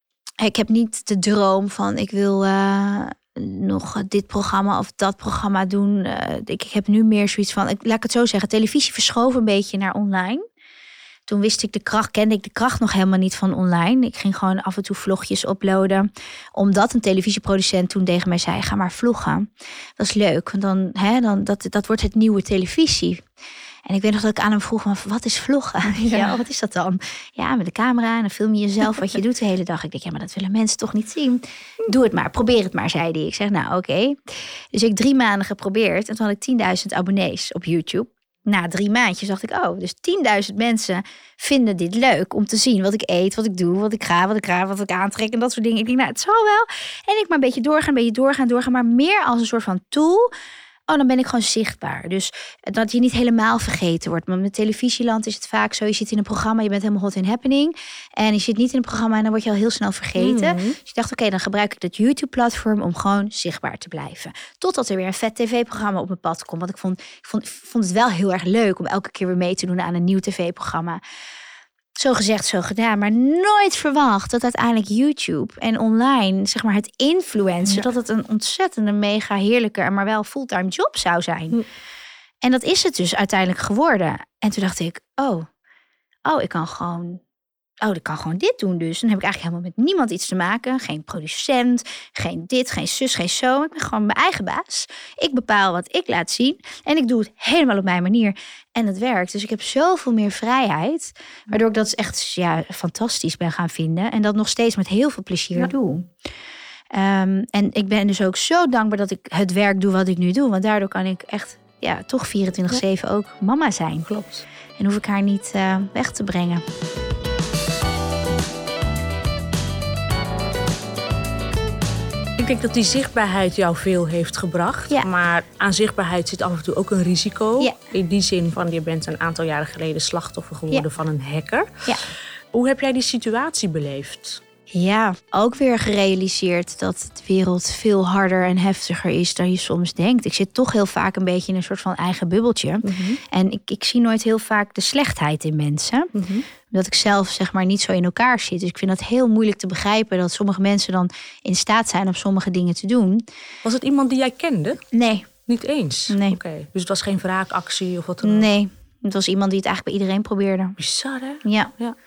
ik heb niet de droom van ik wil uh, nog dit programma of dat programma doen. Uh, ik, ik heb nu meer zoiets van, ik, laat ik het zo zeggen, televisie verschoof een beetje naar online. Toen wist ik de kracht, kende ik de kracht nog helemaal niet van online. Ik ging gewoon af en toe vlogjes uploaden. Omdat een televisieproducent toen tegen mij zei, ga maar vloggen. Dat is leuk, want dan, hè, dan, dat, dat wordt het nieuwe televisie. En ik weet nog dat ik aan hem vroeg, maar wat is vloggen? Ja. Ja, wat is dat dan? Ja, met de camera en dan film je jezelf wat je doet de hele dag. Ik denk, ja, maar dat willen mensen toch niet zien? Doe het maar, probeer het maar, zei hij. Ik zeg, nou oké. Okay. Dus ik drie maanden geprobeerd en toen had ik tienduizend abonnees op YouTube. Na drie maandjes dacht ik, oh, dus tienduizend mensen vinden dit leuk om te zien wat ik eet, wat ik doe, wat ik ga, wat ik ga, wat ik aantrek en dat soort dingen. Ik denk, nou, het zal wel. En ik maar een beetje doorgaan, een beetje doorgaan, doorgaan, maar meer als een soort van tool. Oh, dan ben ik gewoon zichtbaar. Dus dat je niet helemaal vergeten wordt. Maar met televisieland is het vaak zo, je zit in een programma, je bent helemaal hot in happening. En je zit niet in een programma en dan word je al heel snel vergeten. Mm-hmm. Dus ik dacht, oké, okay, dan gebruik ik dat YouTube-platform om gewoon zichtbaar te blijven. Totdat er weer een vet tv-programma op mijn pad komt. Want ik vond, ik vond, ik vond het wel heel erg leuk om elke keer weer mee te doen aan een nieuw tv-programma. Zo gezegd, zo gedaan. Maar nooit verwacht dat uiteindelijk YouTube en online, zeg maar het influencen, ja. dat het een ontzettende, mega heerlijke, maar wel fulltime job zou zijn. Hm. En dat is het dus uiteindelijk geworden. En toen dacht ik, oh, oh, ik kan gewoon, oh, ik kan gewoon dit doen dus. Dan heb ik eigenlijk helemaal met niemand iets te maken. Geen producent, geen dit, geen zus, geen zo. Ik ben gewoon mijn eigen baas. Ik bepaal wat ik laat zien. En ik doe het helemaal op mijn manier. En het werkt. Dus ik heb zoveel meer vrijheid. Waardoor ik dat echt ja, fantastisch ben gaan vinden. En dat nog steeds met heel veel plezier ja. doe. Um, en ik ben dus ook zo dankbaar dat ik het werk doe wat ik nu doe. Want daardoor kan ik echt ja, toch vierentwintig zeven ja. ook mama zijn. Klopt. En hoef ik haar niet uh, weg te brengen. Ik denk dat die zichtbaarheid jou veel heeft gebracht. Ja. Maar aan zichtbaarheid zit af en toe ook een risico. Ja. In die zin van, je bent een aantal jaren geleden slachtoffer geworden ja. van een hacker. Ja. Hoe heb jij die situatie beleefd? Ja, ook weer gerealiseerd dat de wereld veel harder en heftiger is dan je soms denkt. Ik zit toch heel vaak een beetje in een soort van eigen bubbeltje. Mm-hmm. En ik, ik zie nooit heel vaak de slechtheid in mensen. Mm-hmm. Omdat ik zelf zeg maar niet zo in elkaar zit. Dus ik vind dat heel moeilijk te begrijpen dat sommige mensen dan in staat zijn om sommige dingen te doen. Was het iemand die jij kende? Nee. Niet eens? Nee. Oké, okay. Dus het was geen wraakactie of wat dan ook? Nee, het was iemand die het eigenlijk bij iedereen probeerde. Bizar, hè? Ja. ja.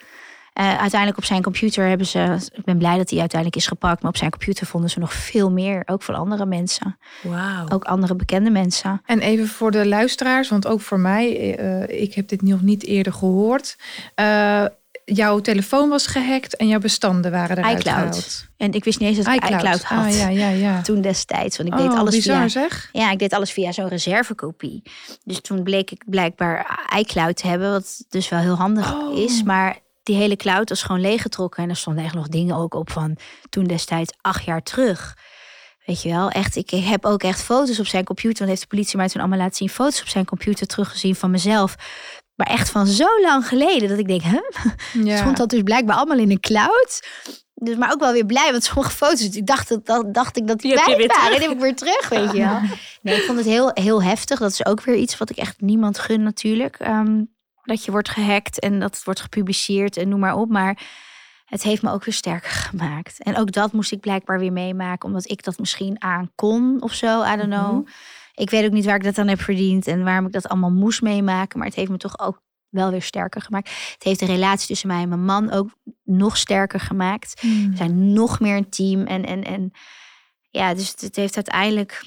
uiteindelijk op zijn computer hebben ze... Ik ben blij dat hij uiteindelijk is gepakt. Maar op zijn computer vonden ze nog veel meer. Ook van andere mensen. Wauw. Ook andere bekende mensen. En even voor de luisteraars, want ook voor mij, uh, ik heb dit nog niet eerder gehoord. Uh, jouw telefoon was gehackt en jouw bestanden waren eruit iCloud. gehaald. En ik wist niet eens dat ik iCloud, iCloud had. Ah, ja, ja, ja. Toen destijds. Want ik oh, deed alles bizar, via... zeg. Ja, ik deed alles via zo'n reservekopie. Dus toen bleek ik blijkbaar iCloud te hebben. Wat dus wel heel handig oh. is. Maar die hele cloud was gewoon leeggetrokken. En er stonden echt nog dingen ook op van toen destijds acht jaar terug. Weet je wel, echt. Ik heb ook echt foto's op zijn computer. Want heeft de politie mij toen allemaal laten zien. Foto's op zijn computer teruggezien van mezelf. Maar echt van zo lang geleden. Dat ik denk, hè? Huh? Ja. Stond dat dus blijkbaar allemaal in een cloud. Dus, maar ook wel weer blij, want sommige foto's, ik dacht, dat, dat, dacht ik dat die kwijt waren. En die heb ik weer terug, weet je wel. Nee, ik vond het heel, heel heftig. Dat is ook weer iets wat ik echt niemand gun natuurlijk. Um, dat je wordt gehackt en dat het wordt gepubliceerd en noem maar op. Maar het heeft me ook weer sterker gemaakt. En ook dat moest ik blijkbaar weer meemaken, omdat ik dat misschien aan kon of zo. I don't know. Mm-hmm. Ik weet ook niet waar ik dat aan heb verdiend en waarom ik dat allemaal moest meemaken. Maar het heeft me toch ook wel weer sterker gemaakt. Het heeft de relatie tussen mij en mijn man ook nog sterker gemaakt. Mm. We zijn nog meer een team. En, en, en ja, dus het, het heeft uiteindelijk...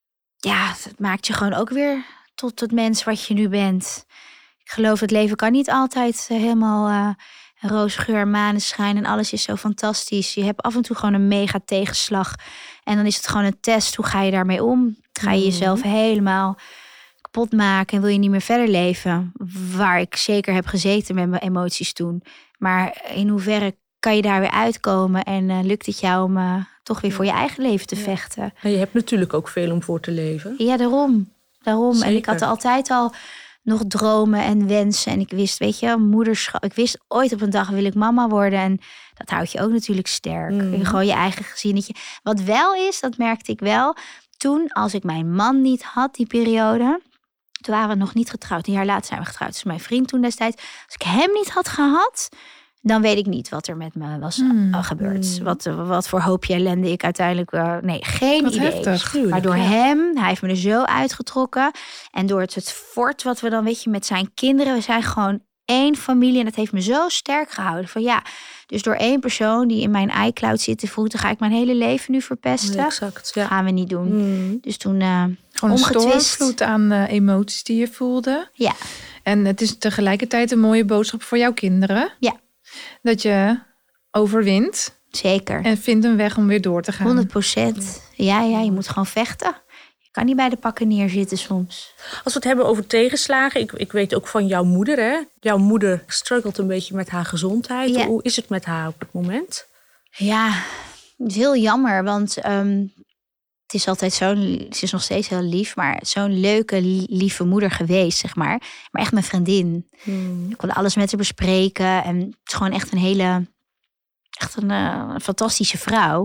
Ja, het maakt je gewoon ook weer tot het mens wat je nu bent. Ik geloof, het leven kan niet altijd helemaal uh, roze geur, maneschijn en alles is zo fantastisch. Je hebt af en toe gewoon een mega tegenslag. En dan is het gewoon een test. Hoe ga je daarmee om? Ga je jezelf helemaal kapot maken en wil je niet meer verder leven? Waar ik zeker heb gezeten met mijn emoties toen. Maar in hoeverre kan je daar weer uitkomen? En uh, lukt het jou om uh, toch weer voor je eigen leven te ja. vechten? En je hebt natuurlijk ook veel om voor te leven. Ja, daarom. daarom. Zeker. En ik had altijd al nog dromen en wensen. En ik wist, weet je, moederschap. Ik wist ooit op een dag wil ik mama worden. En dat houdt je ook natuurlijk sterk. Mm. Gewoon je eigen gezinnetje. Wat wel is, dat merkte ik wel. Toen, als ik mijn man niet had, die periode. Toen waren we nog niet getrouwd. Een jaar later zijn we getrouwd. Dus mijn vriend toen destijds. Als ik hem niet had gehad, dan weet ik niet wat er met me was mm. gebeurd. Mm. Wat, wat voor hoopje ellende ik uiteindelijk... Uh, nee, geen wat idee. Heftig. Maar door ja. hem, hij heeft me er zo uitgetrokken. En door het, het fort wat we dan, weet je, met zijn kinderen. We zijn gewoon één familie. En dat heeft me zo sterk gehouden. Van ja, dus door één persoon die in mijn iCloud zit te voeten, ga ik mijn hele leven nu verpesten. Ja, exact, ja. Gaan we niet doen. Mm. Dus toen uh, Gewoon een stormvloed aan uh, emoties die je voelde. Ja. En het is tegelijkertijd een mooie boodschap voor jouw kinderen. Ja. Dat je overwint. Zeker. En vindt een weg om weer door te gaan. honderd procent. Ja, ja, je moet gewoon vechten. Je kan niet bij de pakken neerzitten soms. Als we het hebben over tegenslagen. Ik, ik weet ook van jouw moeder. Hè? Jouw moeder struggelt een beetje met haar gezondheid. Ja. Hoe is het met haar op het moment? Ja, het is heel jammer. Want um, het is altijd zo'n... Ze is nog steeds heel lief. Maar zo'n leuke, lieve moeder geweest, zeg maar. Maar echt mijn vriendin. Hmm. Ik kon alles met haar bespreken. En het is gewoon echt een hele... Echt een, uh, een fantastische vrouw.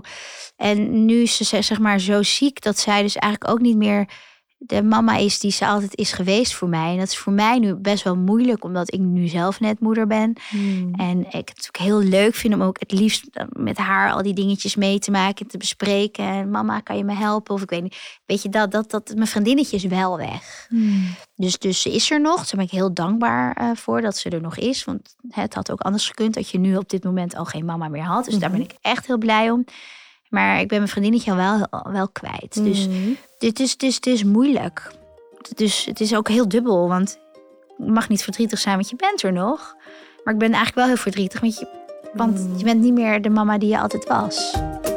En nu is ze zeg maar zo ziek dat zij dus eigenlijk ook niet meer de mama is die ze altijd is geweest voor mij. En dat is voor mij nu best wel moeilijk, omdat ik nu zelf net moeder ben. Hmm. En ik het natuurlijk heel leuk vind om ook het liefst met haar al die dingetjes mee te maken en te bespreken. En mama, kan je me helpen? Of ik weet niet. Weet je, dat, dat, dat mijn vriendinnetje is wel weg. Hmm. Dus, dus ze is er nog. Daar ben ik heel dankbaar uh, voor dat ze er nog is. Want hè, het had ook anders gekund dat je nu op dit moment al geen mama meer had. Dus mm-hmm. daar ben ik echt heel blij om. Maar ik ben mijn vriendinnetje al wel, wel kwijt. Mm. Dus dit is, dit, is, dit is moeilijk. Dus het is ook heel dubbel. Want je mag niet verdrietig zijn, want je bent er nog. Maar ik ben eigenlijk wel heel verdrietig. Want je, want mm. je bent niet meer de mama die je altijd was.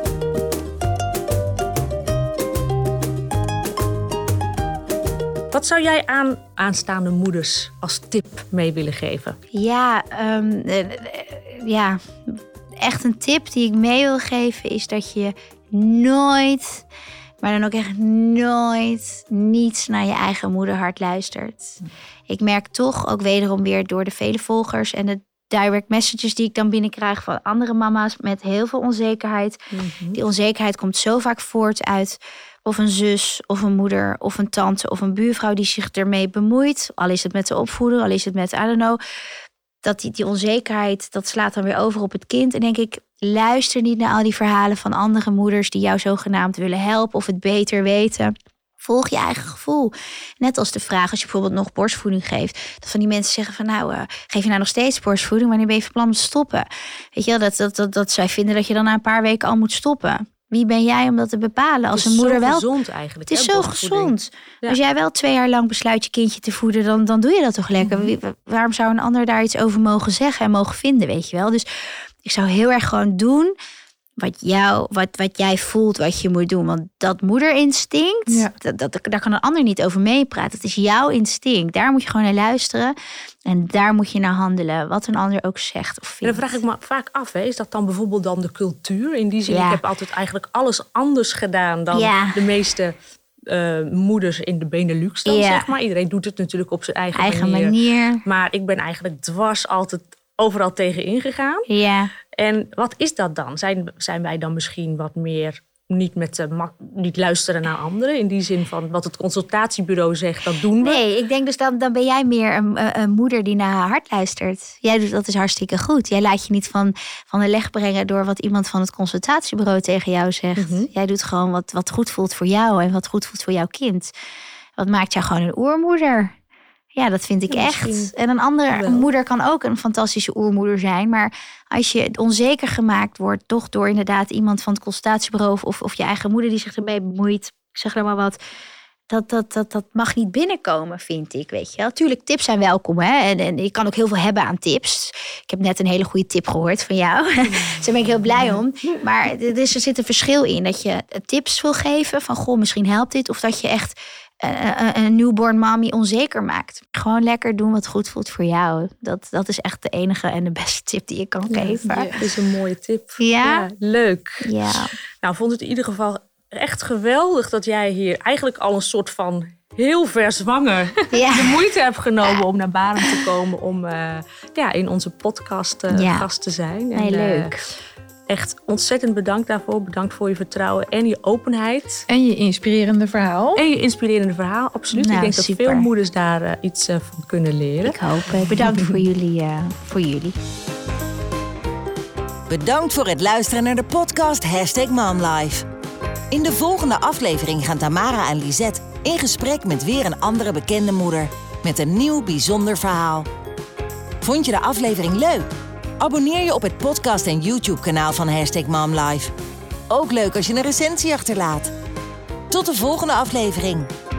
Wat zou jij aan aanstaande moeders als tip mee willen geven? Ja, um, uh, ja... Echt een tip die ik mee wil geven is dat je nooit, maar dan ook echt nooit, niets naar je eigen moederhart luistert. Ik merk toch ook wederom weer door de vele volgers en de direct messages die ik dan binnenkrijg van andere mama's met heel veel onzekerheid. Mm-hmm. Die onzekerheid komt zo vaak voort uit of een zus of een moeder of een tante of een buurvrouw die zich ermee bemoeit. Al is het met de opvoeder, al is het met, I don't know. Dat die, die onzekerheid, dat slaat dan weer over op het kind. En denk ik, luister niet naar al die verhalen van andere moeders die jou zogenaamd willen helpen of het beter weten. Volg je eigen gevoel. Net als de vraag als je bijvoorbeeld nog borstvoeding geeft. Dat van die mensen zeggen van nou, uh, geef je nou nog steeds borstvoeding? Wanneer ben je van plan om te stoppen? Weet je wel, dat, dat, dat, dat zij vinden dat je dan na een paar weken al moet stoppen. Wie ben jij om dat te bepalen? Als een moeder wel. Het is zo gezond eigenlijk. Het is hè, zo gezond. Ja. Als jij wel twee jaar lang besluit je kindje te voeden, dan, dan doe je dat toch lekker. Mm-hmm. Wie, waarom zou een ander daar iets over mogen zeggen en mogen vinden, weet je wel? Dus ik zou heel erg gewoon doen wat, jou, wat, wat jij voelt wat je moet doen. Want dat moederinstinct, Ja. dat, dat, daar kan een ander niet over meepraten. Het is jouw instinct. Daar moet je gewoon naar luisteren. En daar moet je naar handelen. Wat een ander ook zegt of En vindt. dan vraag ik me vaak af, hè, is dat dan bijvoorbeeld dan de cultuur? In die zin, Ja. ik heb altijd eigenlijk alles anders gedaan dan Ja. de meeste uh, moeders in de Benelux dan, Ja. zeg maar. Iedereen doet het natuurlijk op zijn eigen, Eigen manier. manier. Maar ik ben eigenlijk dwars altijd overal tegen ingegaan. Ja. En wat is dat dan? Zijn, zijn wij dan misschien wat meer niet, met, uh, mak- niet luisteren naar anderen? In die zin van wat het consultatiebureau zegt, dat doen we. Nee, ik denk dus dan, dan ben jij meer een, een moeder die naar haar hart luistert. Jij doet dat is hartstikke goed. Jij laat je niet van, van de leg brengen door wat iemand van het consultatiebureau tegen jou zegt. Mm-hmm. Jij doet gewoon wat, wat goed voelt voor jou en wat goed voelt voor jouw kind. Wat maakt jou gewoon een oermoeder? Ja, dat vind ik Ja, echt. misschien En een andere wel. een moeder kan ook een fantastische oermoeder zijn. Maar als je onzeker gemaakt wordt, toch door inderdaad iemand van het consultatiebureau of, of je eigen moeder die zich ermee bemoeit, ik zeg er maar wat. Dat, dat, dat, dat mag niet binnenkomen, vind ik, weet je wel. Tuurlijk, tips zijn welkom, hè. En, en ik kan ook heel veel hebben aan tips. Ik heb net een hele goede tip gehoord van jou. Daar ben ik heel blij om. Maar er, is, er zit een verschil in dat je tips wil geven van, goh, misschien helpt dit. Of dat je echt een, een newborn mommy onzeker maakt. Gewoon lekker doen wat goed voelt voor jou. Dat, dat is echt de enige en de beste tip die je kan geven. Ja, dat is een mooie tip. Ja? Leuk. Ja. Nou, vond het in ieder geval echt geweldig dat jij hier eigenlijk al een soort van heel ver zwanger Ja. de moeite hebt genomen om naar Barend te komen. Om uh, ja, in onze podcast uh, Ja. gast te zijn. Heel en, leuk. Uh, echt ontzettend bedankt daarvoor. Bedankt voor je vertrouwen en je openheid. En je inspirerende verhaal. En je inspirerende verhaal, absoluut. Nou, Ik denk super. dat veel moeders daar uh, iets uh, van kunnen leren. Ik hoop. Uh, bedankt voor jullie. Uh, voor jullie. Bedankt voor het luisteren naar de podcast Hashtag Momlife. In de volgende aflevering gaan Tamara en Lisette in gesprek met weer een andere bekende moeder. Met een nieuw bijzonder verhaal. Vond je de aflevering leuk? Abonneer je op het podcast- en YouTube-kanaal van Hashtag Momlife. Ook leuk als je een recensie achterlaat. Tot de volgende aflevering.